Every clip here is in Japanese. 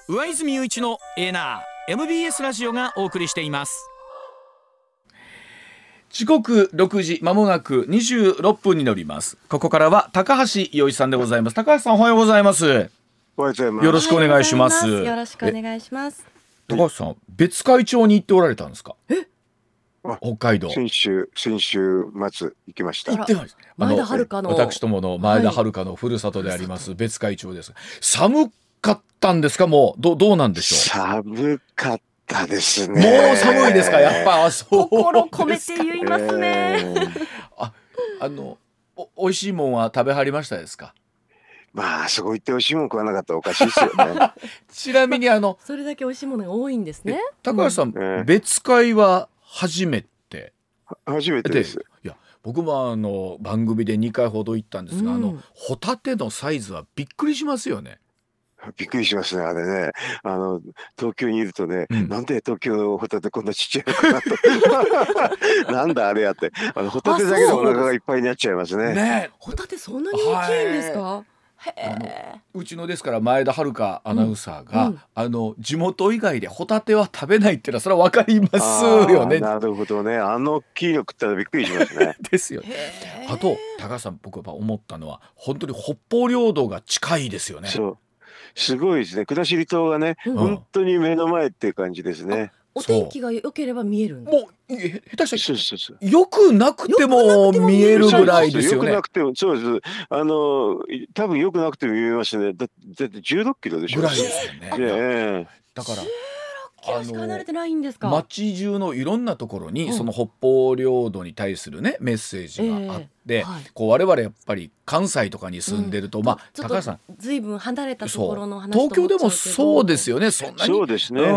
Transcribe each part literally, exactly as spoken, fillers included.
上泉雄一のエーナー エムビーエス ラジオがお送りしています。時刻ろくじまもなくにじゅうろっぷんになります。ここからは高橋洋一さんでございます。高橋さん、おはようございます。 おはようございます。 よろしくお願いします。 よろしくお願いします。 高橋さん、別海町に行っておられたんですか？ え北海道。 先週先週末行きました。 行ってます。前田遥の私どもの前田遥のふるさとであります、はい、別海町です。寒かったんですか？もう ど, どうなんでしょう？ 寒かったですね。 もう寒いですか？やっぱそう心込めて言いますね、えー、 あ, あのおおいしいもんは食べはりましたですか？ まあそこ行っておいしいもん食わなかったらおかしいですよね。 ちなみにあのそれだけおいしいものが多いんですね。 高橋さん、 うん、 別海は初めて？ 初めてです。 いや僕もあの番組でにかいほど行ったんですが、うん、あのホタテのサイズはびっくりしますよね。 びっくりしますね、あれね。あの東京にいるとね、うん、なんで東京のホタテこんなちっちゃいのかなとなんだあれやって、あのホタテだけでお腹がいっぱいになっちゃいますね。 ね、ホタテそんなに大きいんですか？はい、 あのうちのですから前田遥アナウンサーが、うんうん、あの地元以外でホタテは食べないっていうのはそれは分かりますよね。 なるほどね。あの大きいの食ったらびっくりしますね。 ですよね。あと高橋さん、僕は思ったのは本当に北方領土が近いですよね。 そうすごいですね。国後島がね、うん、本当に目の前っていう感じですね。 お天気が良ければ見えるんだ。 もう下手したらそうそうそう、 よくなくても見えるぐらいですよね。 よくなくてもそうです。あの多分よくなくても見えますね。だ, だってじゅうろっキロでしょ。 ぐらいですよね。 えー、 だから離れてないんですか？ 街中のいろんなところにその北方領土に対するねメッセージがあって、えーはい、こう我々やっぱり関西とかに住んでると、うん、まあ高橋さんずいぶん離れたところの話東京でもそうですよね。そんなにそうですね、 うん、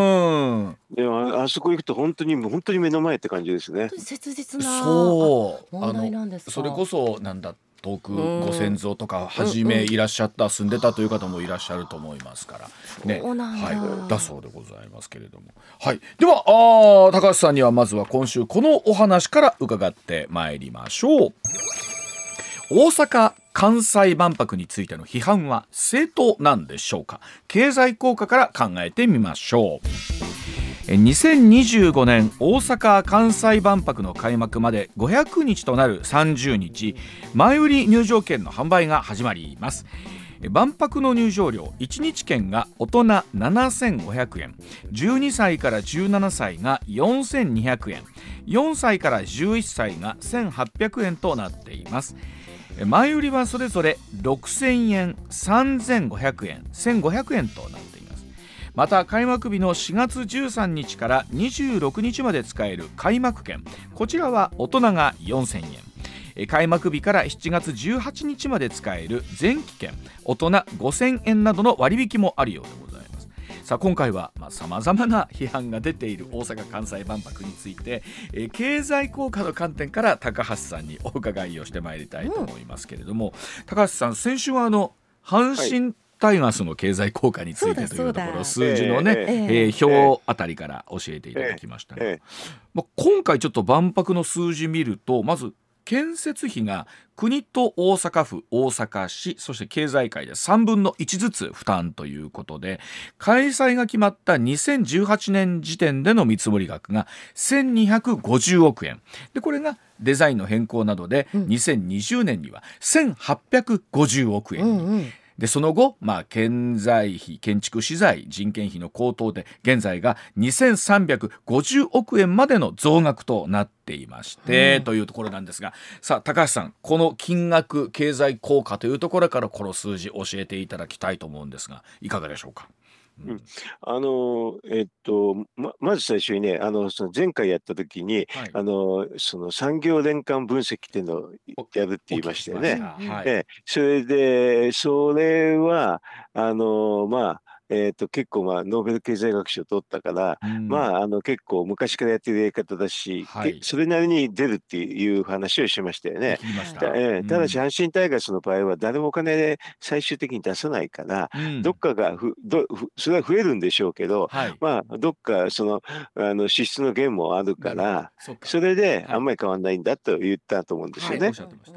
でも あ, あそこ行くと本当に本当に目の前って感じですね。 切実なそう問題なんですか？ それこそなんだ遠くご先祖とかはじめいらっしゃった、住んでたという方もいらっしゃると思いますからね。 そうなんだ、 はい、だそうでございますけれども、はい、ではあ高橋さんにはまずは今週このお話から伺ってまいりましょう。大阪・関西万博についての批判は正当なんでしょうか？経済効果から考えてみましょう。にせんにじゅうごねん大阪・関西万博の開幕までごひゃくにちとなるさんじゅうにち、前売り入場券の販売が始まります。万博の入場料いちにち券が大人ななせんごひゃくえん、じゅうにさいからじゅうななさいがよんせんにひゃくえん、よんさいからじゅういっさいがせんはっぴゃくえんとなっています。前売りはそれぞれろくせんえん、さんぜんごひゃくえん、せんごひゃくえんとなっています。また開幕日のしがつじゅうさんにちからにじゅうろくにちまで使える開幕券、こちらは大人がよんせんえん、開幕日からしちがつじゅうはちにちまで使える前期券、大人ごせんえんなどの割引もあるようでございます。さあ今回はさまざ、まな批判が出ている大阪・関西万博について、え経済効果の観点から高橋さんにお伺いをしてまいりたいと思いますけれども、うん、高橋さん、先週はあの阪神、はい、タイガースの経済効果についてというところ、数字のね、えーえー、表あたりから教えていただきましたが、えーえーまあ、今回ちょっと万博の数字見ると、まず建設費が国と大阪府、大阪市、そして経済界でさんぶんのいちずつ負担ということで、開催が決まったにせんじゅうはちねん時点での見積もり額がせんにひゃくごじゅうおくえんで、これがデザインの変更などでにせんにじゅうねんにはせんはっぴゃくごじゅうおくえんに、うんうん、でその後、まあ、建材費、建築資材、人件費の高騰で現在がにせんさんびゃくごじゅうおくえんまでの増額となっていまして、うん、というところなんですが、さあ高橋さん、この金額、経済効果というところからこの数字教えていただきたいと思うんですが、いかがでしょうか？ うん、あのえっと ま, まず最初にね、あのその前回やった時に、はい、あのその産業連関分析っていうのをやるって言いましたよね。はい、えそれでそれはあのまあえー、と結構まあノーベル経済学賞を取ったから、うん、まああの結構昔からやってるやり方だし、はい、それなりに出るっていう話をしましたよね。た, えー、ただし阪神タイガースの場合は誰もお金で最終的に出さないから、うん、どっかがふどふそれは増えるんでしょうけど、はい、まあどっかそのあの支出の減もあるから、うん、そ, それであんまり変わんないんだと言ったと思うんですよね。はい、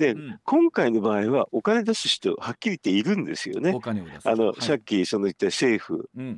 で、うん、今回の場合はお金出す人はっきり言っているんですよね。お金を出す、あの、はい、さっきその言った政府、うん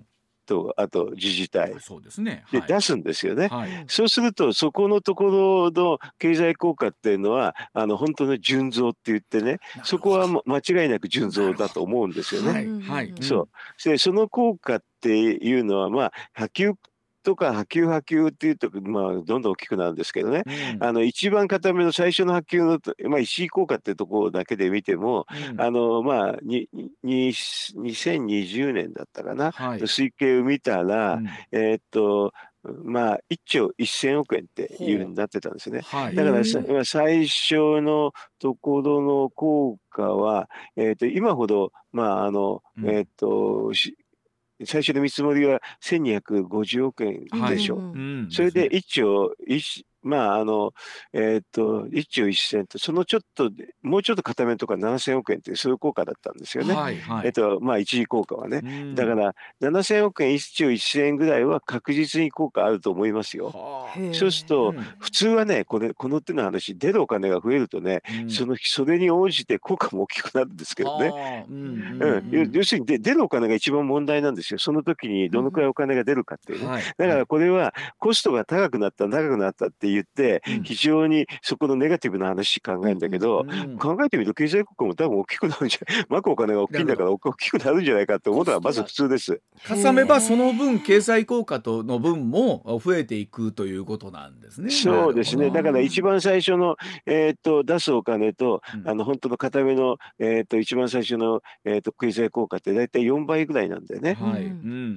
とあと自治体そうですね、 ではい、 出すんですよね、 はい、 そうするとそこのところの経済効果っていうのはあの本当の純増って言ってね、そこは間違いなく純増だと思うんですよね。 はいはい、 そうでその効果っていうのはまあ波及とか波及波及っていうと、まあ、どんどん大きくなるんですけどね、うん、あの一番固めの最初の波及の、まあ、石井効果っていうところだけで見ても、うん、あのまあにににせんにじゅうねんだったかな、はい、推計を見たら、うん、えー、っとまあいっちょうせんおくえんっていうふうになってたんですね。はい、だから最初のところの効果は、えー、と今ほどまああの、うん、えっ、ー、と最初の見積もりはせんにひゃくごじゅうおくえんでしょう。はい、うん、それでいっちょうまああのえっ、ー、といっちょうせんとそのちょっともうちょっと固めとかななせんおくえんっていうそういう効果だったんですよね。はいはい、えっ、ー、とまあ一時効果はね、うん、だからななせんおくえんいっちょうせんえんぐらいは確実に効果あると思いますよ。そうすると、うん、普通はねこれこの手の話出るお金が増えるとね、うん、そのそれに応じて効果も大きくなるんですけどね、うんうんうん、要するにで出るお金が一番問題なんですよ。その時にどのくらいお金が出るかっていうね、うんはい、だからこれはコストが高くなった高くなったって言って非常にそこのネガティブな話考えるんだけど、うんうん、考えてみると経済効果も多分大きくなるんじゃないまくお金が大きいんだから大きくなるんじゃないかって思うのはまず普通です。 かさめばその分経済効果との分も増えていくということなんですね。 そうですね。だから一番最初の、えー、と出すお金と、うん、あの本当の固めの、えー、と一番最初の、えー、と経済効果って大体よんばいぐらいなんだよね、はいうん、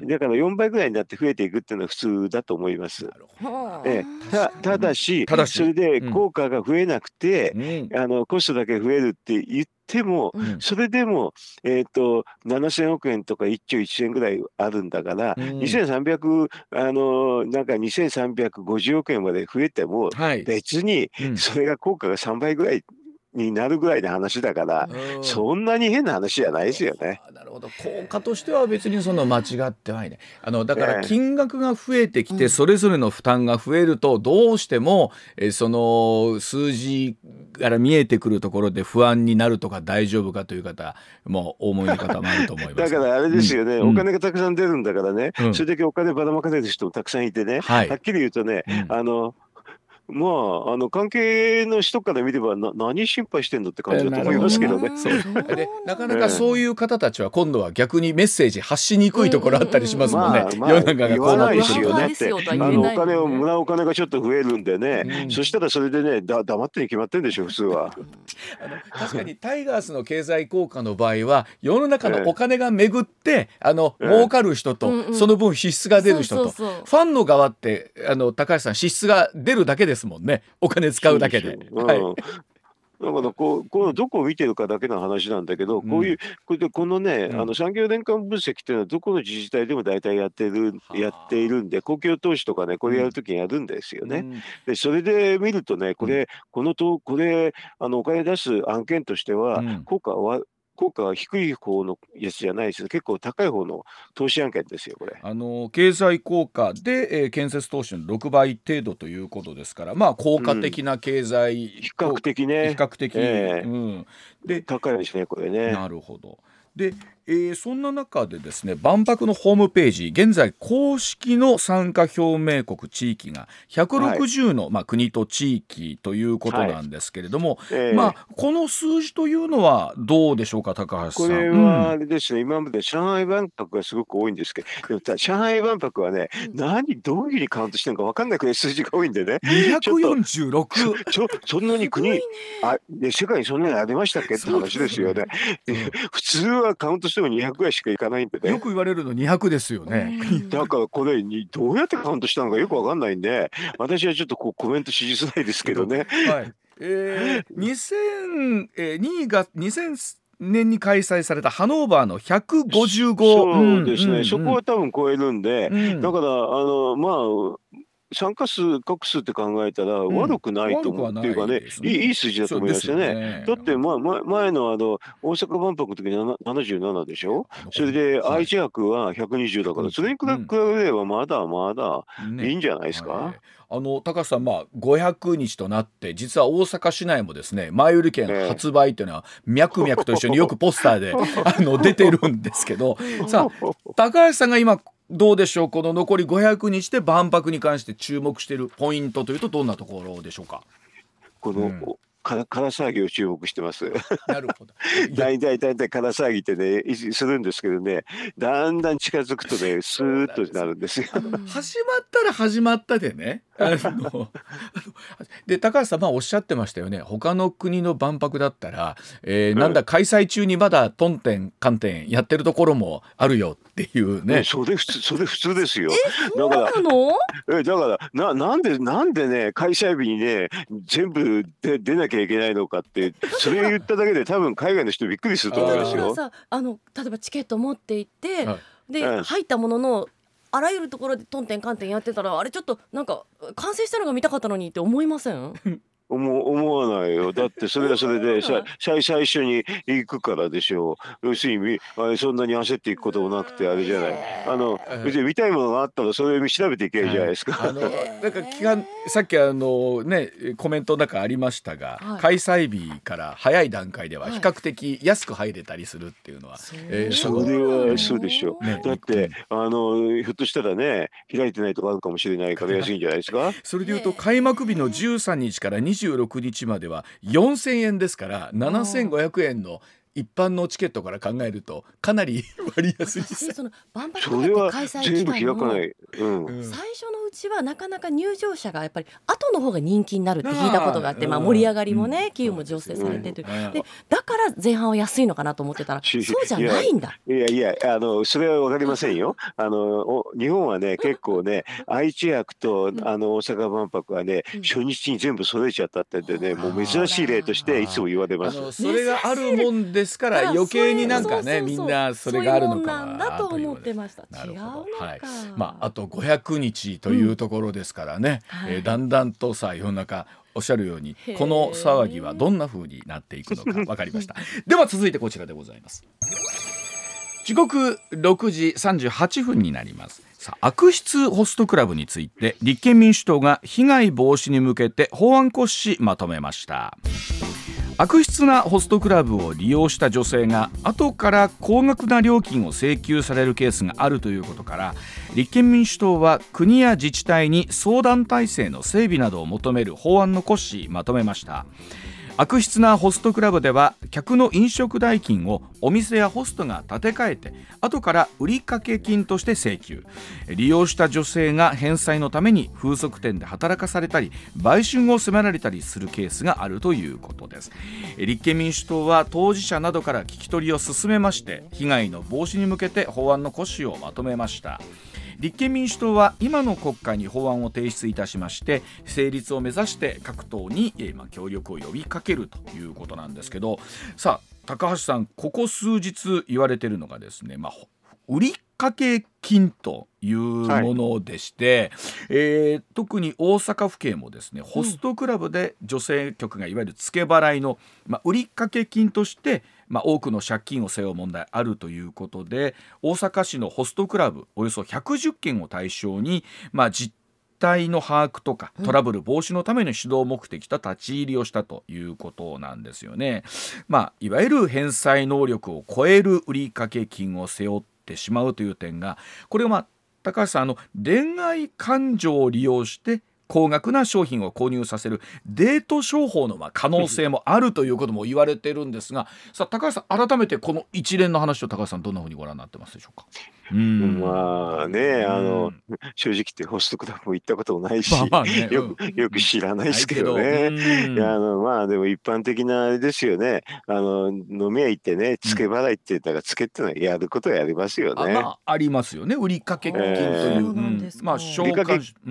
だからよんばいぐらいになって増えていくっていうのは普通だと思います。えー、た, ただし、ただしそれで効果が増えなくて、うん、あのコストだけ増えるって言ってでも、うん、それでも、えー、とななせんおくえんとかいっちょうせんえんぐらいあるんだから、うん、にせんさんびゃくあのなんかにせんさんびゃくごじゅうおくえんまで増えても、はい、別にそれが効果がさんばいぐらいになるぐらいの話だから、うん、そんなに変な話じゃないですよね。 なるほど。効果としては別にその間違ってはいない。あのだから金額が増えてきて、それぞれの負担が増えるとどうしても、えその数字から見えてくるところで不安になるとか大丈夫かという方もお思いの方もあると思います。 だからあれですよね、うん、お金がたくさん出るんだからね、うん、それだけお金ばらまかれる人もたくさんいてね、はい、はっきり言うとね、うん、あのまあ、あの関係の人から見ればな何心配してんのって感じだと思いますけどね。 でなかなかそういう方たちは今度は逆にメッセージ発しにくいところあったりしますもんね。 まあ、世の中がこうなってくるよねって、あのお金を無駄お金がちょっと増えるんでね、うん、そしたらそれでねだ黙ってに決まってるんでしょ普通は。 あの確かにタイガースの経済効果の場合は世の中のお金が巡って、ええ、あの儲かる人と、うんうん、その分支出が出る人と、そうそうそう、ファンの側ってあの高橋さん支出が出るだけですもんね。お金使うだけで。 うんはい、だからこうこのどこを見てるかだけの話なんだけど、うん、こういうこれこのね、うん、あの産業年間分析っていうのはどこの自治体でも大体やってるやっているんで、公共投資とかねこれやるときにやるんですよね。うん、でそれで見るとねこれ、うん、このとこれあのお金出す案件としては、効果は効果は低い方のやつじゃないです。結構高い方の投資案件ですよこれ。 あの経済効果で、えー、建設投資のろくばい程度ということですから、まあ効果的な経済、うん、 比較的ね比較的、えーうん、で高いですねこれね。 なるほど。で、えー、そんな中でですね万博のホームページ現在公式の参加表明国地域がひゃくろくじゅうの、はいまあ、国と地域ということなんですけれども、はいえーまあ、この数字というのはどうでしょうか高橋さん。 これはあれですね、うん、今まで上海万博がすごく多いんですけどでも上海万博はね何どういうふうにカウントしてるのか分かんないくらい数字が多いんでねにひゃくよんじゅうろくちょそんなに国、ね、あで世界にそんなにありましたっけって話ですよね。うん、普通はカウントしてもにひゃくぐらいしかいかないんでね。 よく言われるのにひゃくですよね。 だからこれにどうやってカウントしたのかよくわかんないんで私はちょっとこうコメントしづらいですけどね。 はいえー、にせんにがにせんねんに開催されたハノーバーのひゃくごじゅうごそうですね、うんうんうん、そこは多分超えるんで、うん、だからあのまあ参加数、各数って考えたら悪くないと思う、うん、っていうかね、いい、いい数字だと思いますよね。ねだって、まあ、前のあの大阪万博の時にななじゅうななでしょ。それで愛知博はひゃくにじゅうだから、それに比べればまだまだいいんじゃないですか。ねはいあの高橋さん、まあ、ごひゃくにちとなって実は大阪市内もですね前売り券発売というのは脈々と一緒によくポスターであの出てるんですけどさあ高橋さんが今どうでしょう、この残りごひゃくにちで万博に関して注目しているポイントというとどんなところでしょうか。 この、うんから空騒ぎを注目してます。 なるほど。 大体大体空騒ぎってねするんですけどね、だんだん近づくとねスーッとなるんですよ。 始まったら始まったでね。あので高橋さん、まあ、おっしゃってましたよね。他の国の万博だったら、えー、なんだ開催中にまだトンテンカンテンやってるところもあるよっていうね。 ねそれ普通それ普通ですよ。 だからえだからななんでなんでね開催日にね全部で出なきゃいけないのかってそれ言っただけで多分海外の人びっくりすると思いますよ。 さあの例えばチケット持って行って、はい、で、 うん、 入ったもののあらゆるところでトンテンカンテンやってたらあれちょっとなんか完成したのが見たかったのにって思いません？ 思, 思わないよ。だってそれはそれでさ最最初に行くからでしょう。要するにあそんなに焦っていくこともなくてあれじゃない。あの別に見たいものがあったらそれを調べていけばいいじゃないですか。 あのなんか期間さっきあのねコメントの中ありましたが、はい、開催日から早い段階では比較的安く入れたりするっていうのは、はいえー、それはそうでしょう、ね、だってあのひょっとしたらね開いてないとこあるかもしれないから安いんじゃないですか。 それでいうと開幕日のじゅうさんにちからにじゅうろくにちまではよんせんえんですからななせんごひゃくえんの一般のチケットから考えるとかなり割安です。 その万博それは全部開かない、うんうん、最初のうちはなかなか入場者がやっぱり後の方が人気になるって聞いたことがあって、まあ、盛り上がりもね、うん、機運も醸成されてる、うん、でだから前半は安いのかなと思ってたらそうじゃないんだ。 いやいやあのそれは分かりませんよ。あの日本はね結構ね愛知博とあの大阪万博はね、うん、初日に全部揃えちゃったってでねもう珍しい例としていつも言われます。 あのそれがあるもんでですから余計になんかねみんなそれがあるのかなと思ってました。違うのか、 はいまあ、あとごひゃくにちというところですからね、うんえー、だんだんとさ世の中おっしゃるようにこの騒ぎはどんな風になっていくのか分かりました。では続いてこちらでございます。時刻ろくじさんじゅうはっぷんになります。さあ悪質ホストクラブについて立憲民主党が被害防止に向けて法案骨子まとめました。悪質なホストクラブを利用した女性が後から高額な料金を請求されるケースがあるということから立憲民主党は国や自治体に相談体制の整備などを求める法案の骨子まとめました。悪質なホストクラブでは客の飲食代金をお店やホストが立て替えて後から売掛金として請求、利用した女性が返済のために風俗店で働かされたり売春を迫られたりするケースがあるということです。立憲民主党は当事者などから聞き取りを進めまして被害の防止に向けて法案の骨子をまとめました。立憲民主党は今の国会に法案を提出いたしまして成立を目指して各党に今協力を呼びかけるということなんですけど、さあ高橋さんここ数日言われているのがですね、まあ、売掛金というものでして、はいえー、特に大阪府警もですねホストクラブで女性局がいわゆる付け払いの、まあ、売掛金としてまあ、多くの借金を背負う問題あるということで大阪市のホストクラブおよそひゃくじゅっけんを対象に、まあ、実態の把握とかトラブル防止のための指導目的と立ち入りをしたということなんですよね。まあ、いわゆる返済能力を超える売掛金を背負ってしまうという点がこれは、まあ、高橋さんあの恋愛感情を利用して高額な商品を購入させるデート商法のまあ可能性もあるということも言われているんですがさあ高橋さん改めてこの一連の話を高橋さんどんなふうにご覧になってますでしょうか。 うんまあねあの正直言ってホストクラブも行ったこともないし、まあまあねうん、よ, よく知らないですけどね。いやあのまあでも一般的なあれですよね。あの飲み屋行ってね付け払いって言ったら付けってのはやることはやりますよね。 あ、まあ、ありますよね売掛金という、えーうんまあ、消化、 うん、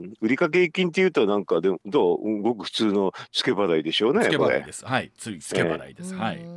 売掛金っていうとなんかでもどうごく普通の付け払いでしょうね。 付け払いですはい付け払いです、えー、はい、うん、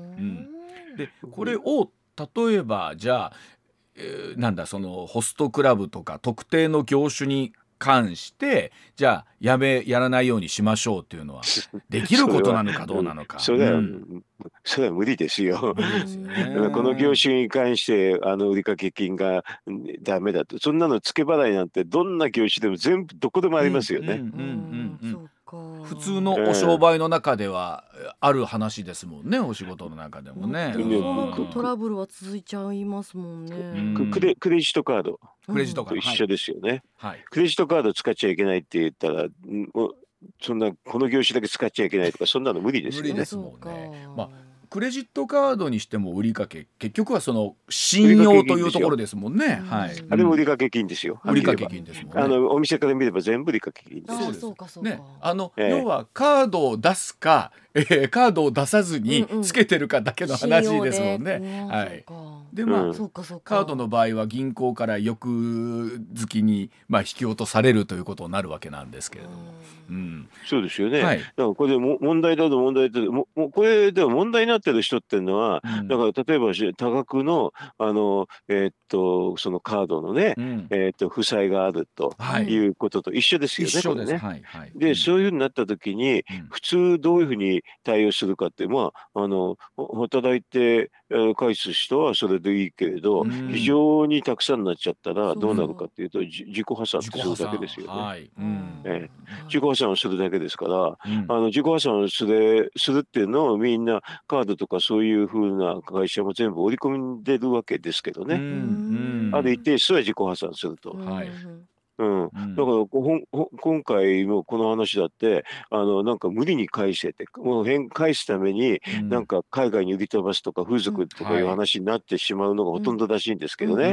でこれを例えばじゃあえー、なんだそのホストクラブとか特定の業種に関してじゃあやめやらないようにしましょうっていうのはできることなのかどうなのかそれは、うん、それは無理ですよ。ですよね、この業種に関してあの売掛金がダメだとそんなの付け払いなんてどんな業種でも全部どこでもありますよね。 普通のお商売の中ではある話ですもんね、お仕事の中でもね。 トラブルは続いちゃいますもんね。 クレ、クレジットカードクレジットカードと一緒ですよね、 はい、 クレジットカード使っちゃいけないって言ったらもうそんなこの業種だけ使っちゃいけないとかそんなの無理ですよね。 無理ですもんね。まあクレジットカードにしても売掛結局はその信用というところですもんね。はい、 あれも売掛金ですよ。 売掛金ですもんね。 あのお店から見れば全部売掛金です。 そうそうかそうか。 ね、あの、えー、要はカードを出すか、えー、カードを出さずにつけてるかだけの話ですもんね。うんうん、はい。でまあ、うん、カードの場合は銀行から翌月にまあ引き落とされるということになるわけなんですけれども。うん、 そうですよね。はい、だからこれでも問題だと問題だとももこれでも問題になってる人っていうのは、うん、だから例えば多額のあのえー、っとそのカードのね、うん、えー、っと負債があるということと一緒ですよね。 一緒です。 これね。 はいはい、 で、うん、そういうふうになった時に、うん、普通どういうふうに対応するかってまああの働いて返す人はそれでいいけれど、うん、非常にたくさんになっちゃったらどうなるかっていうと、うん、自己破産するだけですよね。はい、うん、えー、自己破産をするだけですから、うん、あの自己破産をする、するっていうのをみんなカードとかそういうふうな会社も全部織り込んでるわけですけどね、うん、ある一定数は自己破産すると。はい、うん、だからほほ今回のこの話だってあのなんか無理に返せってもう返返すために、うん、なんか海外に売り飛ばすとか風俗とかいう話になってしまうのがほとんどらしいんですけどね、うん、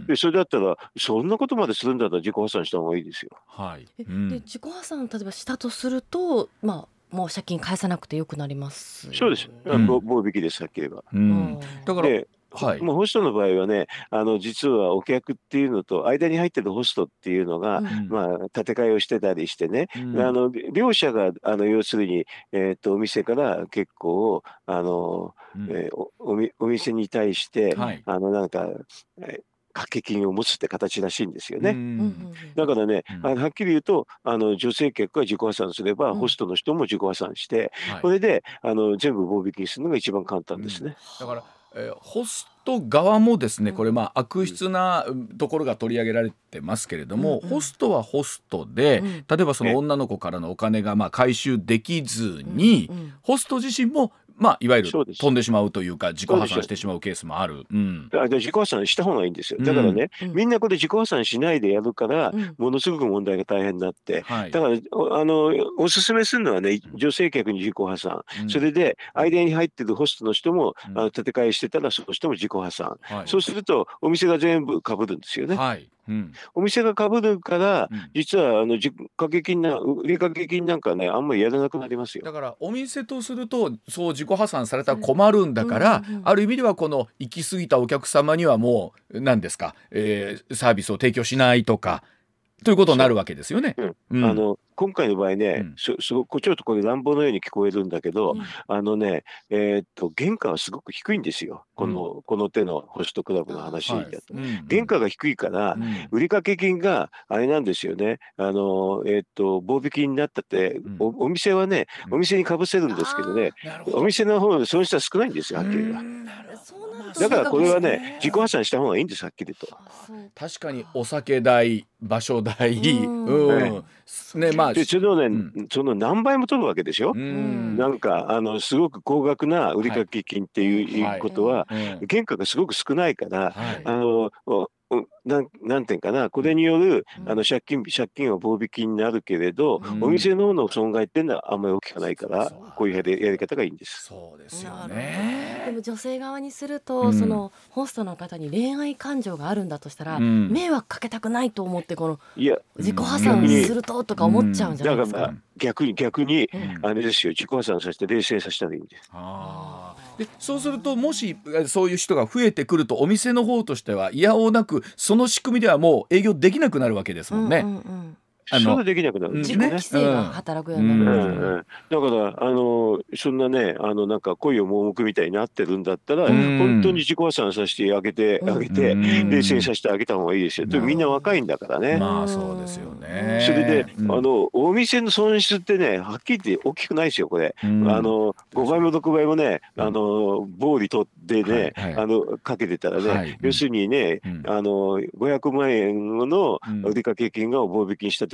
でそれだったらそんなことまでするんだったら自己破産した方がいいですよ。 はい、 うん、で自己破産例えばしたとするとまあもう借金返さなくてよくなります、 ね、そうです、うん、棒引きですはっきり言えば、うん、 だからではい、もうホストの場合はねあの実はお客っていうのと間に入ってるホストっていうのが、うん、まあ建て替えをしてたりしてね、うん、あの両者があの要するに、えー、とお店から結構あの、うんえー、お, お, お店に対して、はい、あのなんか、えー掛け金を持つって形らしいんですよね。だからね、うん、あのはっきり言うとあの女性客が自己破産すれば、うん、ホストの人も自己破産して、はい、これであの全部棒引きにするのが一番簡単ですね。 うん、だからえー、ホスト側もですねこれまあ悪質なところが取り上げられてますけれども、うん、ホストはホストで、うん、例えばその女の子からのお金がまあ回収できずに、うんうん、ホスト自身もまあいわゆる飛んでしまうというか自己破産してしまうケースもある、うん、 だから自己破産した方がいいんですよ。だからね、うん、みんなこれ自己破産しないでやるから、うん、ものすごく問題が大変になって、はい、だからあのおすすめするのはね女性客に自己破産、うん、それで間に入ってるホストの人も、うん、あの建て替えしてたらその人も自己破産、はい、そうするとお店が全部被るんですよね。はい、うん、お店が被るから、うん、実はあの掛け金な売り掛け金なんかねあんまりやらなくなりますよ。 だからお店とするとそう自己破産されたら困るんだから、うんうん、ある意味ではこの行き過ぎたお客様にはもう何ですか、えー、サービスを提供しないとかということになるわけですよね。 うんうん、あの今回の場合ね、うん、すすごくちょっとこれ乱暴のように聞こえるんだけど、うん、あのね、えー、っと原価はすごく低いんですよ。この、うん、この手のホストクラブの話だと、はい、原価が低いから、うん、売掛金があれなんですよね。あのえー、っと棒引きになったって、うん、お, お店はね、お店にかぶせるんですけどね、どお店の方の損失は少ないんですよはっきり言えば。だからこれはね自己破産した方がいいんですはっきりと。 確かにお酒代場所代、うんうんねまあ、 でそのね、うん、その何倍も取るわけでしょ。うんなんかあのすごく高額な売掛金っていう、はい、ことは、はい、原価がすごく少ないから、はい、あのな ん, なんていうかなこれによる、うん、あの借金借金は棒引きになるけれど、うん、お店の方の損害っていうのはあんまり大きくないから、こういうやり、やり方がいいんです。 そうですよね。 でも女性側にすると、うん、そのホストの方に恋愛感情があるんだとしたら、うん、迷惑かけたくないと思ってこのいや自己破産するととか思っちゃうんじゃないですか。 だから逆に逆に、うん、あれですよ自己破産させて冷静させたらいいんです。 あでそうするともしそういう人が増えてくるとお店の方としてはいやおうなくその仕組みではもう営業できなくなるわけですもんね。うんうんうんあのそれできなくなるんですね。 自己規制が働くようになる、うんうんうん、 だからあのそんなねあのなんか恋を盲目みたいになってるんだったら、うん、本当に自己破産させてあげて、うん、あげて、うん、冷静にさせてあげた方がいいですよ。でみんな若いんだからね。 まあそうですよね。 それで、うん、あのお店の損失ってねはっきり言って大きくないですよこれ、うん、あのごばいもろくばいもね、うん、あの暴利取ってね、はいはい、あのかけてたらね、はい、要するにね、うん、あのごひゃくまんえんの売掛金が棒引きにした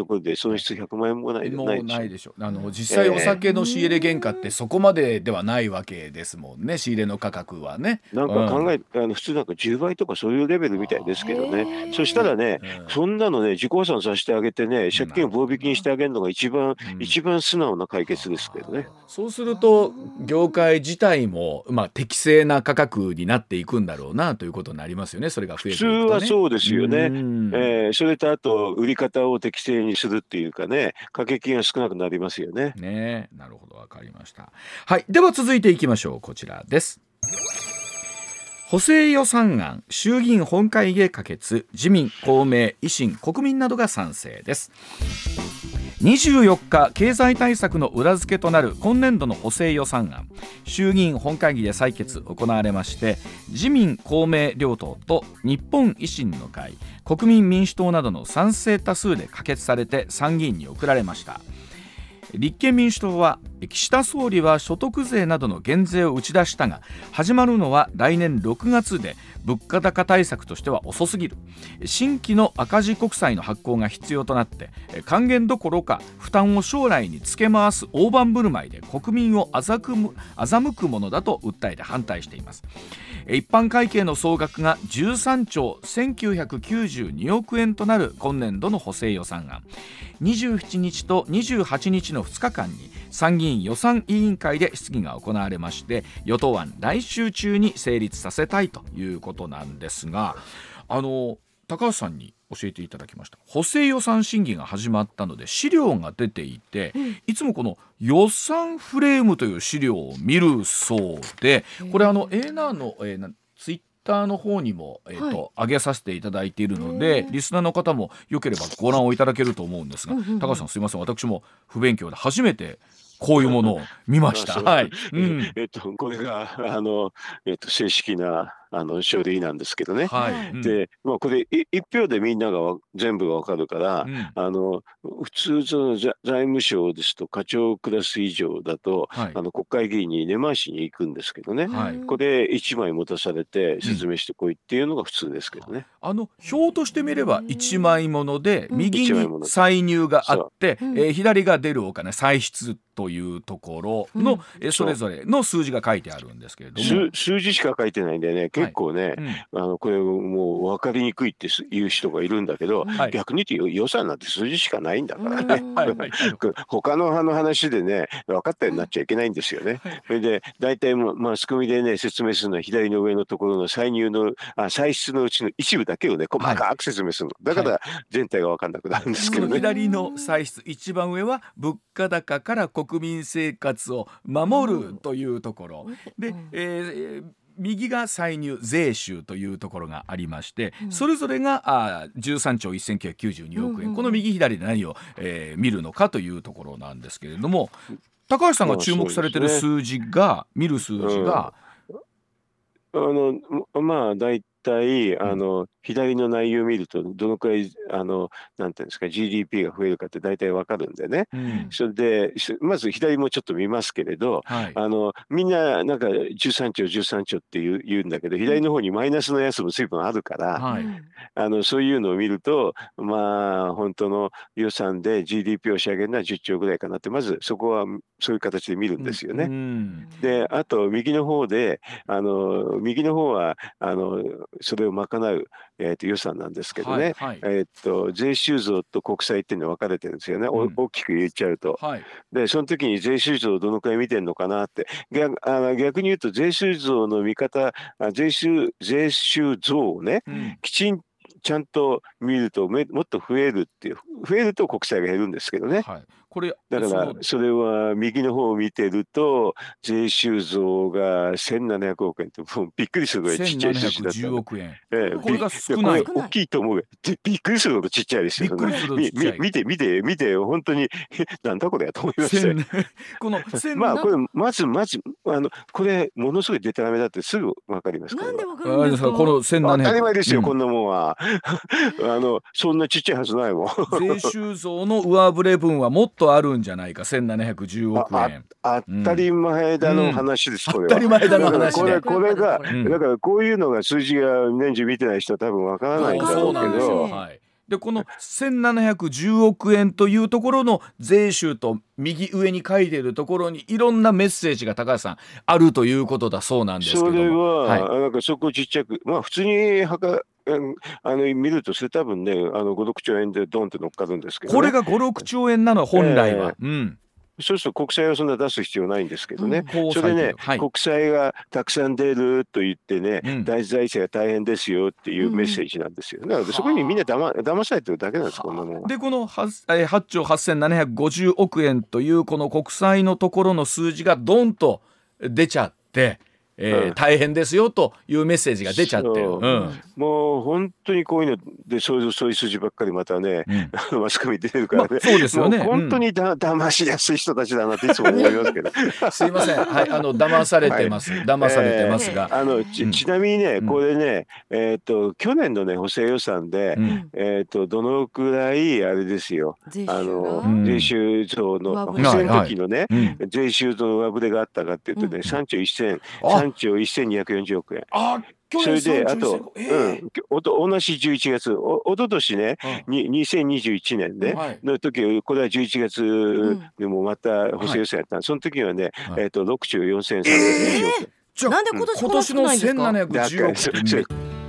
ところで損失ひゃくまんえんもないもうないでしょないでしょう。あの実際お酒の仕入れ原価ってそこまでではないわけですもんね、仕入れの価格はね。 なんか考え、うん、あの普通なんかじゅうばいとかそういうレベルみたいですけどね。そしたらね、うん、そんなのね自己破産させてあげてね、借金を棒引きにしてあげるのが一番、うん、一番素直な解決ですけどね。 そうすると業界自体も、まあ、適正な価格になっていくんだろうなということになりますよね。それが増えていくとね。 普通はそうですよね。えー、それとあと売り方を適正にするっていうかね、掛け金が少なくなりますよね。 ね、なるほど、わかりました。はい、では続いていきましょう。こちらです。補正予算案衆議院本会議へ可決、自民公明維新国民などが賛成です。にじゅうよっか経済対策の裏付けとなる今年度の補正予算案、衆議院本会議で採決行われまして、自民公明両党と日本維新の会、国民民主党などの賛成多数で可決されて参議院に送られました。立憲民主党は、岸田総理は所得税などの減税を打ち出したが始まるのは来年ろくがつで物価高対策としては遅すぎる、新規の赤字国債の発行が必要となって還元どころか負担を将来につけ回す大盤振る舞いで国民を欺くものだと訴えて反対しています。一般会計の総額がじゅうさんちょうせんきゅうひゃくきゅうじゅうにおくえんとなる今年度の補正予算案、にじゅうしちにちとにじゅうはちにちのふつかかんに参議院予算委員会で質疑が行われまして、与党案来週中に成立させたいということなんですが、あの高橋さんに教えていただきました。補正予算審議が始まったので資料が出ていて、うん、いつもこの予算フレームという資料を見るそうで、これあの エーエヌアール の、えー、ツイッターの方にも、えーとはい、上げさせていただいているので、リスナーの方もよければご覧をいただけると思うんですが、うんうんうん、高橋さんすいません、私も不勉強で初めてこういうものを見ました。はい、うん、 えっとこれがあの、えっと、正式なあの書類なんですけどね。はい、うん、で、まあ、これ一票でみんなが全部が分かるから、うん、あの普通その財務省ですと課長クラス以上だと、はい、あの国会議員に根回しに行くんですけどね、はい、これいちまい持たされて説明してこいっていうのが普通ですけどね、 うん、あの表として見ればいちまいもので、うん、右に歳入があって、えー、左が出るお金歳出というところの、うん、それぞれの数字が書いてあるんですけれども、 数字しか書いてないんでね、結構ね、はい、うん、あのこれもう分かりにくいっていう人がいるんだけど、はい、逆に言うと予算なんて数字しかないんだからね、はいはい、他の話でね分かったようになっちゃいけないんですよね。それで大体マスコミでね説明するのは左の上のところの歳入のあ歳出のうちの一部だけをね細かく説明するの、はい、だから全体が分かんなくなるんですけどね。 左の歳出一番上は物価高から国民生活を守るというところで、えー、右が歳入税収というところがありまして、うん、それぞれがあじゅうさんちょうせんきゅうひゃくきゅうじゅうにおくえん、うんうん、この右左で何を、えー、見るのかというところなんですけれども、高橋さんが注目されている数字が、ね、見る数字が、 うん、あのまあ大体あの、うん、左の内容を見るとどのくらいあのなんていうんですか ジーディーピー が増えるかって大体わかるんでね、うん、それでまず左もちょっと見ますけれど、はい、あのみんななんかじゅうさんちょうじゅうさんちょうって言う、言うんだけど左の方にマイナスのやつも随分あるから、はい、あのそういうのを見るとまあ本当の予算で ジーディーピー を仕上げるのはじゅっちょうぐらいかなって、まずそこはそういう形で見るんですよね、うんうん、であと右の方であの右の方はあのそれを賄う、えー、と予算なんですけどね、はいはい、えー、と税収増と国債っていうのは分かれてるんですよね、うん、大きく言っちゃうと、はい、でその時に税収増をどのくらい見てるのかなって、逆、あの逆に言うと税収増の見方、税収、税収増をね、うん、きちんちゃんと見るともっと増えるっていう、増えると国債が減るんですけどね、はい、これだからそれは右の方を見てると税収増がせんななひゃくおくえんってもうびっくりするぐらいちっちゃい数字だった。せんななひゃくじゅうおくえん、ええ、これが少ない。これ大きいと思う。びっくりするほどちっちゃいですよ。びっくりするほどちっちゃい。見て見て見て本当になんだこれやと思いましたよ。このまあこれまずまずあのこれものすごいデタラメだってすぐわかります。 なんでわかるんですか。 このせんななひゃく当たり前ですよ、うん、こんなもんはあのそんなちっちゃいはずないもん。 税収増の上振れ分はもっとあるんじゃないか。せんななひゃくじゅうおくえん、 あ, あ当たり前だの話です、うん、これは当たり前だの話で、 これこれが、うん、だからこういうのが数字が年中見てない人は多分わからないんだろうけど、 でこのせんななひゃくじゅうおくえんというところの税収と右上に書いているところにいろんなメッセージが高橋さんあるということだそうなんですけども、 それは、 はい、 なんかそこちっちゃく、まあ普通にはかあの見るとそれ多分ねあのご、ろくちょうえんでドンって乗っかるんですけど、ね、 これがご、ろくちょうえんなのは本来は、 えーうんそうすると国債はそんな出す必要ないんですけどね、うん、それね、はい、国債がたくさん出ると言ってね、うん、大財政が大変ですよっていうメッセージなんですよ。だからそこにみんなだま騙されてるだけなんです、こんなもんは。 でこのはっちょうはっせんななひゃくごじゅうおくえんというこの国債のところの数字がドンと出ちゃって、えーうん、大変ですよというメッセージが出ちゃってる、うん、 もう本当にこういうのでそういう、そういう数字ばっかりまたね、うん、マスコミ出てるからね、まあ、 そうですよね、 もう本当にだ、うん、騙しやすい人たちだなっていつも思いますけどすいません、はい、あの騙されてます、はい、騙されてますが、 えー、あの ち, ちなみにね、うん、これね、えー、と去年のね補正予算で、うん、えー、とどのくらいあれですよ、あの、うん、税収増の補正の時のね、はいはい、税収増の上振れがあったかっていうとね、うん、さんちょうせんにひゃくよんじゅうおくえん。 あ、 それであと、えー、うん、おと同じじゅういちがつ、おおととしね、うん、にせんにじゅういちねんね、はい、の時、これはじゅういちがつでもまた補正予算やった、うん、その時はね、はい、えー、とろくちょうよんせんさんびゃくにじゅうおくえん。 じゃあなんで今年、うん、 今年のせんななひゃくじゅうおくえん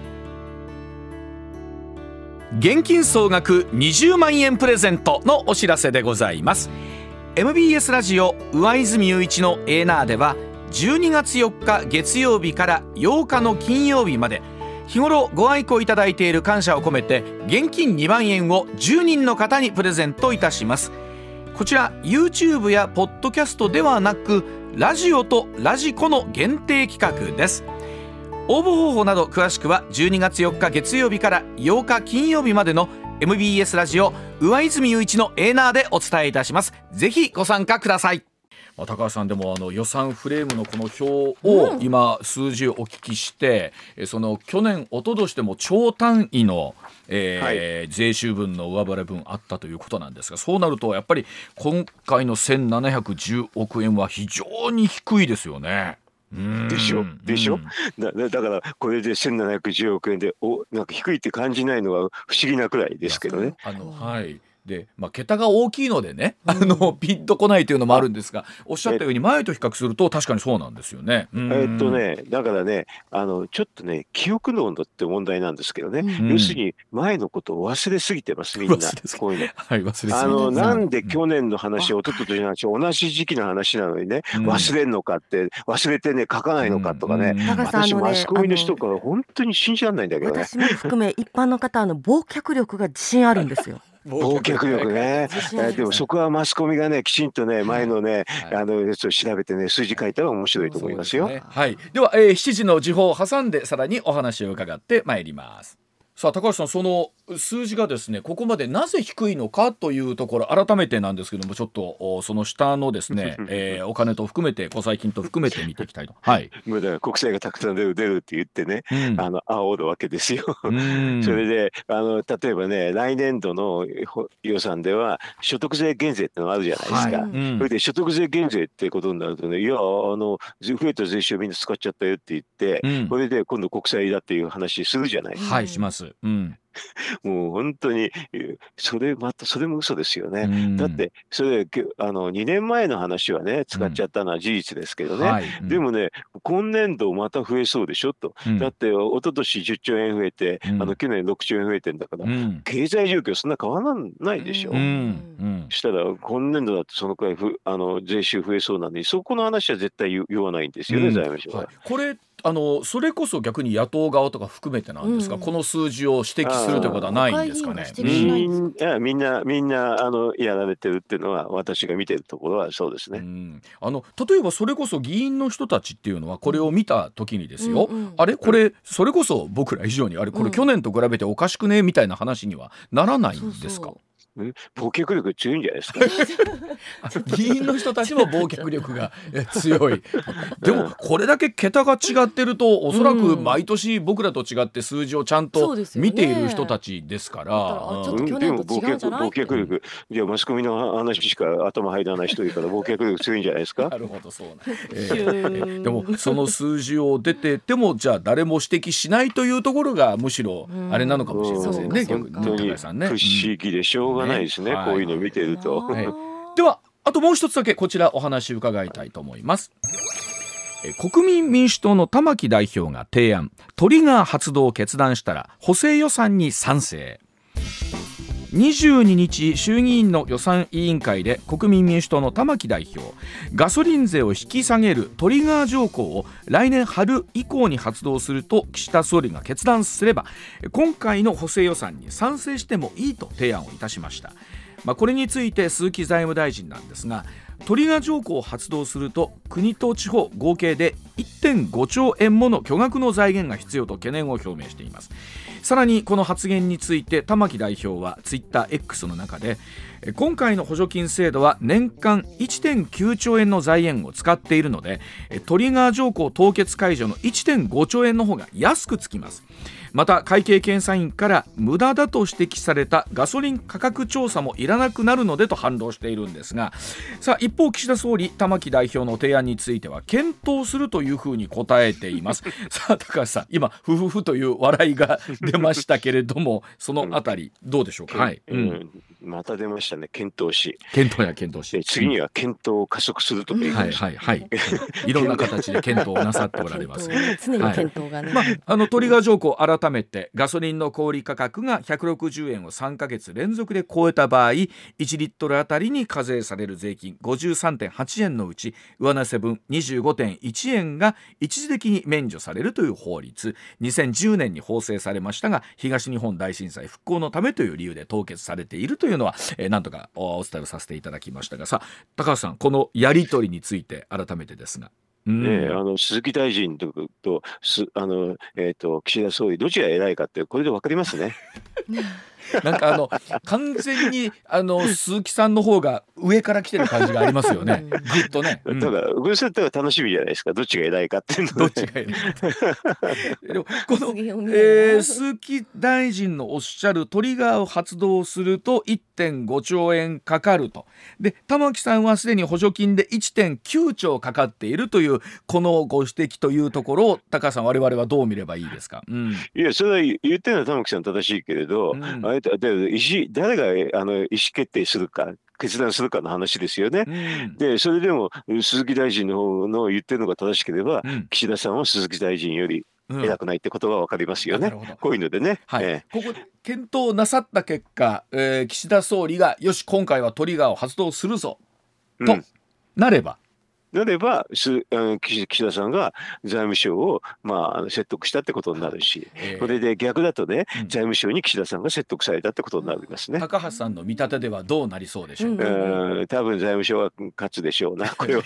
現金総額にじゅうまんえんプレゼントのお知らせでございます。 エムビーエス ラジオ上泉雄一のエーナーではじゅうにがつよっか月曜日からようかの金曜日まで日頃ご愛顧いただいている感謝を込めて現金にまんえんをじゅうにんの方にプレゼントいたします。こちら YouTube やポッドキャストではなくラジオとラジコの限定企画です。応募方法など詳しくはじゅうにがつよっか月曜日からようか金曜日までの エムビーエス ラジオ上泉雄一のエーナーでお伝えいたします。ぜひご参加ください。まあ、高橋さん、でもあの予算フレームのこの表を今数字をお聞きして、うん、その去年一昨年でも超単位の、えーはい、税収分の上振れ分あったということなんですが、そうなるとやっぱり今回のせんななひゃくじゅうおくえんは非常に低いですよね。 でしょでしょ、うん、だ, だからこれでせんななひゃくじゅうおくえんでおなんか低いって感じないのは不思議なくらいですけどね。 あの、はいでまあ、桁が大きいのでね、うん、あのピンとこないというのもあるんですが、おっしゃったように前と比較すると確かにそうなんですよね。 えー、っとねだからねあのちょっとね記憶の温度って問題なんですけどね、うん、要するに前のことを忘れすぎてますみんな。こういうの、はい、忘れすぎあのなんで去年の話、うん、一昨年の話同じ時期の話なのにね、うん、忘れんのかって忘れてね書かないのかとかね、うん、私マスコミの人から本当に信じられないんだけどね。 私も含め一般の方の忘却力が自信あるんですよ。 忘却力ね。でもそこはマスコミがねきちんとね前のね、はい、あのやつを調べてね数字書いたら面白いと思いますよ。 そうですね。はい。では、えー、しちじの時報を挟んでさらにお話を伺ってまいります。さあ高橋さん、その数字がですねここまでなぜ低いのかというところ改めてなんですけども、ちょっとその下のですね、えー、お金と含めて国債金と含めて見ていきたいと。はい。 もうだから国債がたくさん出る出るって言ってね、うん、あの煽るわけですよ。それであの例えばね来年度の予算では所得税減税ってのがあるじゃないですか。はい、うん、それで所得税減税ってことになるとね、いやあの増えた税収みんな使っちゃったよって言って、うん、これで今度国債だっていう話するじゃないですか。 はい、します。うん、 もう本当にそれまたそれも嘘ですよね。うん、だってそれあのにねんまえの話はね使っちゃったのは事実ですけどね、うんはいうん、でもね今年度また増えそうでしょと、うん、だって一昨年じゅっちょうえん増えて、うん、あの去年ろくちょうえん増えてんだから、うん、経済状況そんな変わらないでしょ、うんうん、したら今年度だってそのくらいふあの税収増えそうなんでそこの話は絶対言わないんですよね、うん、財務省は、はい、 これあのそれこそ逆に野党側とか含めてなんですが、うん、この数字を指摘するということはないんですかね。 みんなみんなみんなあのやられてるっていうのは私が見てるところはそうですね。うん、 あの例えばそれこそ議員の人たちっていうのはこれを見た時にですよ、うんうん、あれこれそれこそ僕ら以上にあれこれ去年と比べておかしくねみたいな話にはならないんですか。そうそう忘却力強いんじゃないですか。 議員の人たちも忘却力が強い。でもこれだけ桁が違ってると、おそらく毎年僕らと違って数字をちゃんと見ている人たちですから、 ちょっと去年と違うんじゃない？ 忘却力、いやマスコミの話しか頭入らない人いるから忘却力強いんじゃないですか。 なるほど、そうなん、えー、でもその数字を出てても、じゃあ誰も指摘しないというところがむしろあれなのかもしれませんね。 本当に不思議でしょうがないですね、こういうの見てると、 はい、ではあともう一つだけこちらお話伺いたいと思います。国民民主党の玉木代表が提案、トリガー発動を決断したら補正予算に賛成。にじゅうににち衆議院の予算委員会で国民民主党の玉木代表、ガソリン税を引き下げるトリガー条項を来年春以降に発動すると岸田総理が決断すれば、今回の補正予算に賛成してもいいと提案をいたしました。まあ、これについて鈴木財務大臣なんですが、トリガー条項を発動すると国と地方合計で いってんごちょうえんもの巨額の財源が必要と懸念を表明しています。さらにこの発言について玉木代表はツイッター X の中で、今回の補助金制度は年間 いってんきゅうちょうえんの財源を使っているので、トリガー条項凍結解除の いってんごちょうえんの方が安くつきます。また会計検査院から無駄だと指摘されたガソリン価格調査もいらなくなるのでと反論しているんですが、さあ一方岸田総理、玉木代表の提案については検討するというふうに答えています。さあ高橋さん、今フフフという笑いが出ましたけれども、そのあたりどうでしょうか。はい、 うん、また出ましたね、検討し検討や検討し、 次には検討を加速するとか言いました、 はいはいはい、いろんな形で検討をなさっておられます。 常に検討がね、 はい、まあ、あのトリガー条項改めてガソリンの小売価格がひゃくろくじゅうえんをさんかげつ連続で超えた場合、いちリットルあたりに課税される税金 ごじゅうさんてんはちえんのうち上乗せ分 にじゅうごてんいちえんが一時的に免除されるという法律、にせんじゅうねんに法制されましたが、東日本大震災復興のためという理由で凍結されているというのは、えー、なんとかお伝えをさせていただきましたが、さあ高橋さん、このやり取りについて改めてですが、 うん、ね、あの鈴木大臣ととすあの、えー、と岸田総理どちらが偉いかってこれで分かりますね。 なんかあの完全にあの鈴木さんの方が上から来てる感じがありますよね。ぐっとね。 だから分析は楽しみじゃないですか。どっちが偉いかっていうの、ね、 どっちが偉いか。でもこの、えー、鈴木大臣のおっしゃるトリガーを発動すると いってんごちょうえんかかると。で玉木さんはすでに補助金で いってんきゅうちょうかかっているというこのご指摘というところを高橋さん、我々はどう見ればいいですか。うん、いやそれは言ってるのは玉木さん正しいけれど、うん、あれで意思誰があの意思決定するか決断するかの話ですよね。うん、でそれでも鈴木大臣の方の言ってるのが正しければ、うん、岸田さんは鈴木大臣より偉くないってことが分かりますよね。うん、こういうのでね、 はい、えー、ここ検討なさった結果、えー、岸田総理がよし今回はトリガーを発動するぞと、うん、なればなればす岸田さんが財務省を、まあ、説得したってことになるし、えー、これで逆だとね、うん、財務省に岸田さんが説得されたってことになりますね。 高橋さんの見立てではどうなりそうでしょうか。 うん、多分財務省は勝つでしょうなこれは。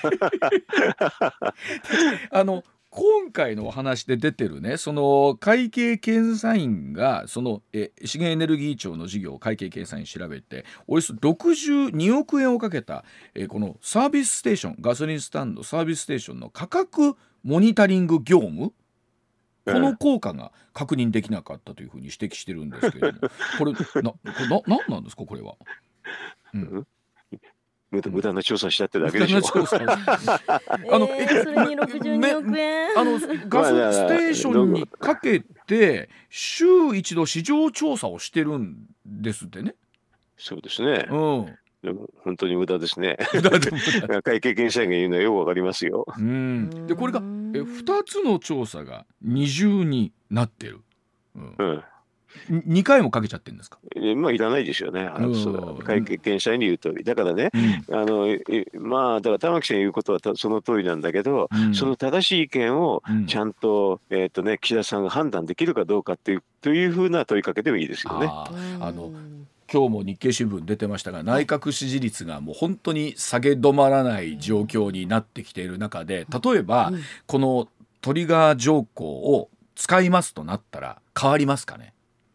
あの今回のお話で出てるね、その会計検査院がそのえ資源エネルギー庁の事業を会計検査院調べておよそろくじゅうにおくえんをかけたえこのサービスステーション、ガソリンスタンドサービスステーションの価格モニタリング業務、この効果が確認できなかったというふうに指摘してるんですけれども、これなこれな何なんですかこれは。うん、 無駄な調査したってだけでしょ。 あのえそれにろくじゅうにおくえんあのガソリンステーションにかけて週一度市場調査をしてるんですってね。 そうですね。 うん。 でも本当に無駄ですね。会計検査院が言うのはよくわかりますよ。 うん。でこれがえふたつの調査が二重になってる。うん。うんにかいもかけちゃってるんですか。 えまあいらないですよね。あのそう会計検査院に言う通りだからね、うん、あのまあだから玉木さん言うことはその通りなんだけど、うん、その正しい意見をちゃんと、うん、えっとね岸田さんが判断できるかどうかっていうというふうな問いかけでもいいですよね。 ああの今日も日経新聞出てましたが、内閣支持率がもう本当に下げ止まらない状況になってきている中で、例えば、うん、このトリガー条項を使いますとなったら変わりますかね。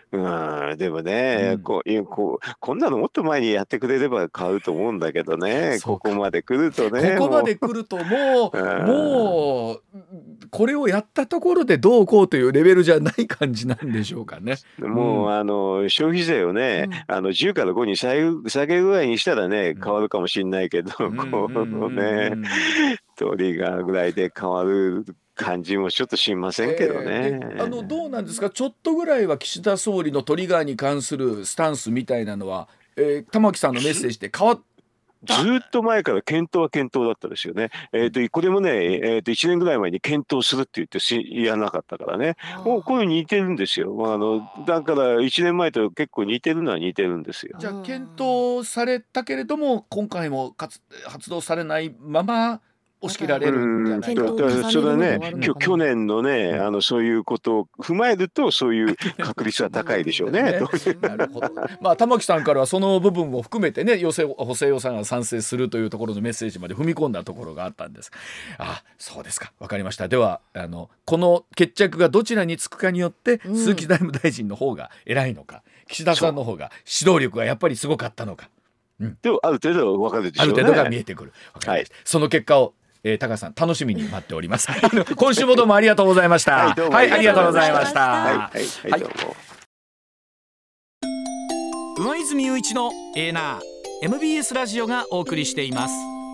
うん、でもね、うん、こういうこうこんなのもっと前にやってくれれば買うと思うんだけどね。ここまで来るとね。 ここまで来るともうもうこれをやったところでどうこうというレベルじゃない感じなんでしょうかね。 もう、うん、あの消費税をね、うん、あのじゅうからごに下げ下げ具合にしたらね変わるかもしれないけど、うん、このね、うん、トリガーぐらいで変わる感じもちょっとしませんけどね、 えー、あのどうなんですか。ちょっとぐらいは岸田総理のトリガーに関するスタンスみたいなのは、えー、玉木さんのメッセージで変わっずっと前から検討は検討だったですよね。えー、とこれもね、えー、といちねんぐらい前に検討するって言ってし言わなかったからね。もうこういうの似てるんですよ。まあ、あのだからいちねんまえと結構似てるのは似てるんですよ。 じゃあ検討されたけれども今回も活発動されないまま押し切られるんじゃないか。 それはね、去年のね、あのそういうことを踏まえるとそういう確率は高いでしょうね。ねなるほど。まあ玉木さんからはその部分も含めてね、補正補正予算が賛成するというところのメッセージまで踏み込んだところがあったんです。あ、そうですか。わかりました。ではあのこの決着がどちらにつくかによって、うん、鈴木財務大臣の方が偉いのか、岸田さんの方が指導力がやっぱりすごかったのか。 うん、でもある程度分かるでしょうね。 ある程度が見えてくる。はい、その結果を。えー、高橋さん楽しみに待っております今週もどうもありがとうございました。はい、はい、ありがとうございました。はい、はい、はい、どうも。上泉雄一のエーナー エムビーエス ラジオがお送りしています。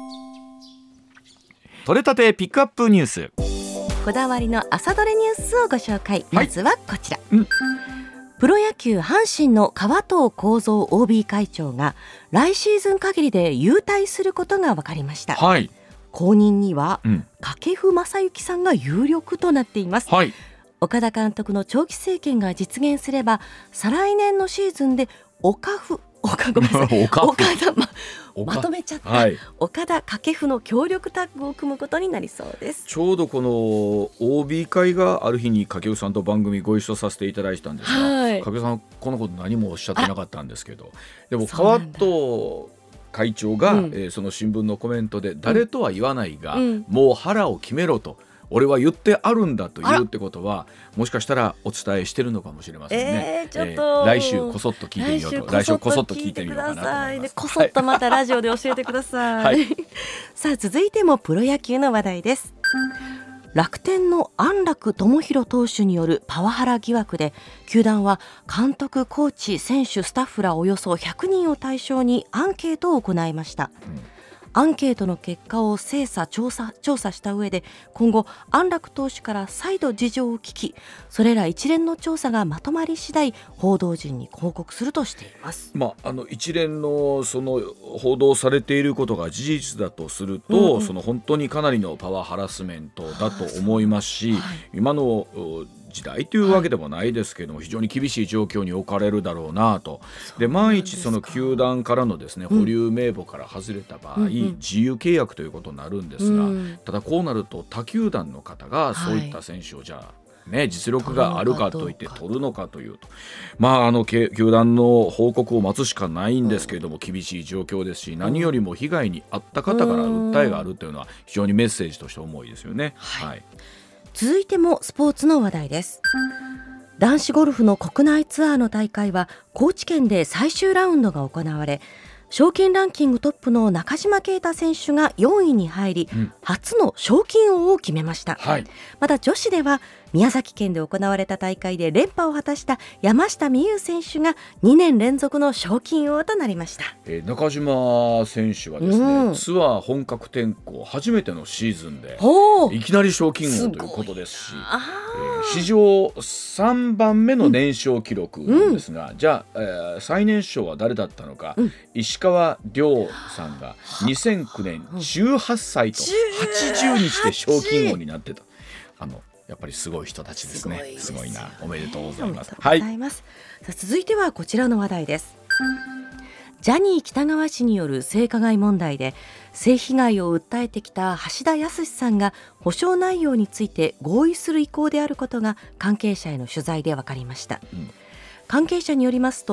取れたてピックアップニュース、 こだわりの朝どれニュースをご紹介。まずはこちら、はい、うん、プロ野球阪神の川藤幸三 オービー 会長が来シーズン限りで優退することが分かりました。 はい、 後任には、うん、掛布正幸さんが有力となっています。はい、岡田監督の長期政権が実現すれば再来年のシーズンで岡夫岡ごめんなさい岡田 ま, まとめちゃった、はい、岡田掛布の協力タッグを組むことになりそうです。 ちょうどこの オービー 会がある日に掛布さんと番組ご一緒させていただいたんですが、はい、掛布さんこのこと何もおっしゃってなかったんですけど、でも川藤会長が、うん、えー、その新聞のコメントで誰とは言わないが、うん、もう腹を決めろと俺は言ってあるんだと言うってことはもしかしたらお伝えしてるのかもしれませんね。 えー、ちょっと、 えー、来週こそっと聞いてみようと来週こそっと聞いてみようかなと思います。 こそっとまたラジオで教えてください、はい、さあ続いてもプロ野球の話題です。楽天の安楽智弘投手によるパワハラ疑惑で球団は監督、コーチ、選手、スタッフらおよそひゃくにんを対象にアンケートを行いました。うん、アンケートの結果を精査調査、調査した上で今後安楽投手から再度事情を聞き、それら一連の調査がまとまり次第報道陣に報告するとしています。 まあ、あの一連のその報道されていることが事実だとすると、うんうん、その本当にかなりのパワーハラスメントだと思いますし、はい、今の時代というわけでもないですけども、はい、非常に厳しい状況に置かれるだろうなと。で万一その球団からのですね、保留名簿から外れた場合、うんうん、自由契約ということになるんですが、うん、ただこうなると他球団の方がそういった選手をじゃあ、はい、ね、実力があるかといって取るのかというと、まああの球団の報告を待つしかないんですけれども、厳しい状況ですし、何よりも被害に遭った方から訴えがあるというのは非常にメッセージとして重いですよね。はいはい、 続いてもスポーツの話題です。男子ゴルフの国内ツアーの大会は高知県で最終ラウンドが行われ、賞金ランキングトップの中島啓太選手がよんいに入り、うん、初の賞金王を決めました。はい、また女子では宮崎県で行われた大会で連覇を果たした山下美夢有選手がにねん連続の賞金王となりました。 えー、中島選手はですね、うん、ツアー本格転向初めてのシーズンでいきなり賞金王ということですし、えー、史上さんばんめの年少記録なんですが、うん、じゃあ、えー、最年少は誰だったのか、うん、石川遼さんがにせんきゅうねんじゅうはっさいとはちじゅうにちで賞金王になってた。あのやっぱりすごい人たちですね。すごいですよ。すごいな。おめでとうございます。 はい、さあ続いてはこちらの話題です。ジャニー喜多川氏による性加害問題で性被害を訴えてきた橋田康さんが補償内容について合意する意向であることが関係者への取材で分かりました。うん、関係者によりますと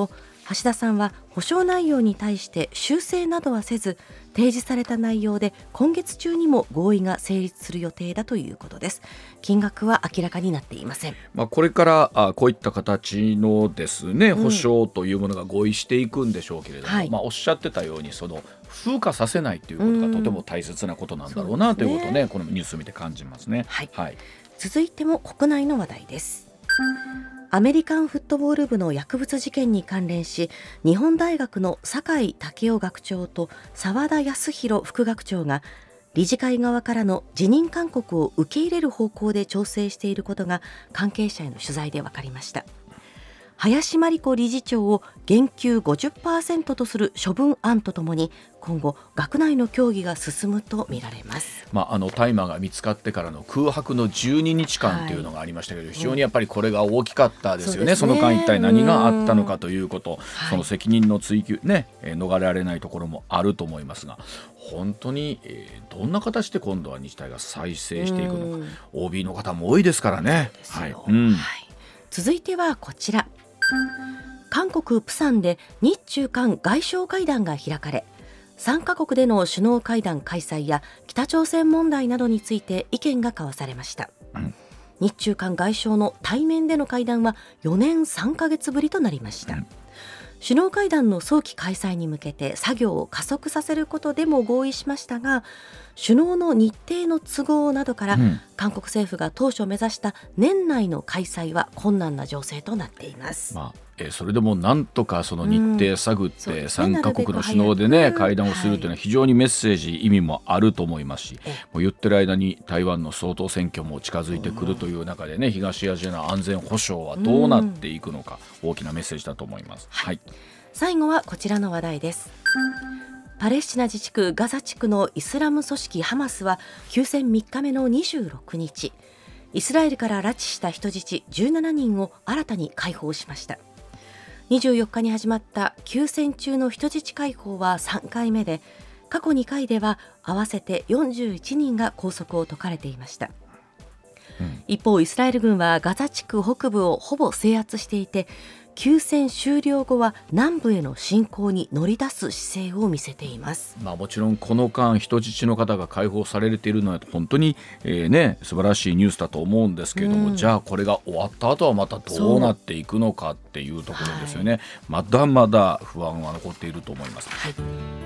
橋田さんは補償内容に対して修正などはせず、提示された内容で今月中にも合意が成立する予定だということです。金額は明らかになっていません。 まあ、これからあこういった形のですね、補償というものが合意していくんでしょうけれども、うん、まあ、おっしゃってたようにその風化させないということがとても大切なことなんだろうなということをね、このニュースを見て感じますね。 はいはい、続いても国内の話題です。アメリカンフットボール部の薬物事件に関連し、日本大学の酒井健夫学長と澤田康弘副学長が理事会側からの辞任勧告を受け入れる方向で調整していることが関係者への取材で分かりました。林真理子理事長を減給 ごじゅっパーセント とする処分案とともに、今後学内の協議が進むとみられます。 まあ、あの大麻が見つかってからの空白のじゅうににちかんというのがありましたけど、はい、非常にやっぱりこれが大きかったですよね。 そ, ねその間一体何があったのかということ、その責任の追及ね、えー、逃れられないところもあると思いますが、本当に、えー、どんな形で今度は日大が再生していくのか、 オービー の方も多いですからね。 はいうんはい、続いてはこちら。韓国プサンで日中韓外相会談が開かれ、さんカ国での首脳会談開催や北朝鮮問題などについて意見が交わされました。うん、日中韓外相の対面での会談はよねんさんかげつぶりとなりました。うん、首脳会談の早期開催に向けて作業を加速させることでも合意しましたが、首脳の日程の都合などから、うん、韓国政府が当初目指した年内の開催は困難な情勢となっています。 まあえー、それでもなんとかその日程探ってさんカ国の首脳でね、会談をするというのは非常にメッセージ意味もあると思いますし、もう言ってる間に台湾の総統選挙も近づいてくるという中でね、東アジアの安全保障はどうなっていくのか、大きなメッセージだと思います。はい、 最後はこちらの話題です。パレスチナ自治区ガザ地区のイスラム組織ハマスは休戦みっかめのにじゅうろくにち、イスラエルから拉致した人質じゅうななにんを新たに解放しました。にじゅうよっかに始まった休戦中の人質解放はさんかいめで、過去にかいでは合わせてよんじゅういちにんが拘束を解かれていました。うん、一方、イスラエル軍はガザ地区北部をほぼ制圧していて、休戦終了後は南部への侵攻に乗り出す姿勢を見せています。 まあ、もちろんこの間人質の方が解放されているのは本当に、えーね、素晴らしいニュースだと思うんですけれども、うん、じゃあこれが終わった後はまたどうなっていくのかっていうところですよね。はい、まだまだ不安は残っていると思います。はい、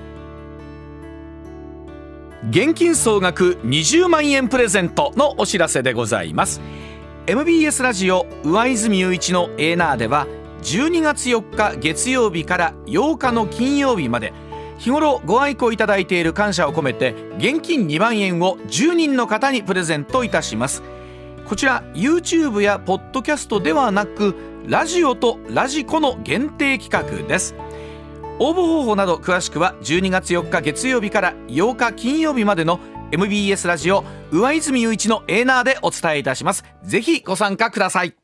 現金総額にじゅうまんえんプレゼントのお知らせでございます。 エムビーエス ラジオ上泉雄一のエーナーではじゅうにがつよっか月曜日からようかの金曜日まで、日頃ご愛顧いただいている感謝を込めて現金にまんえんをじゅうにんの方にプレゼントいたします。こちら YouTube やポッドキャストではなくラジオとラジコの限定企画です。応募方法など詳しくはじゅうにがつよっか月曜日からようか金曜日までの エムビーエス ラジオ上泉雄一のエーナーでお伝えいたします。ぜひご参加ください。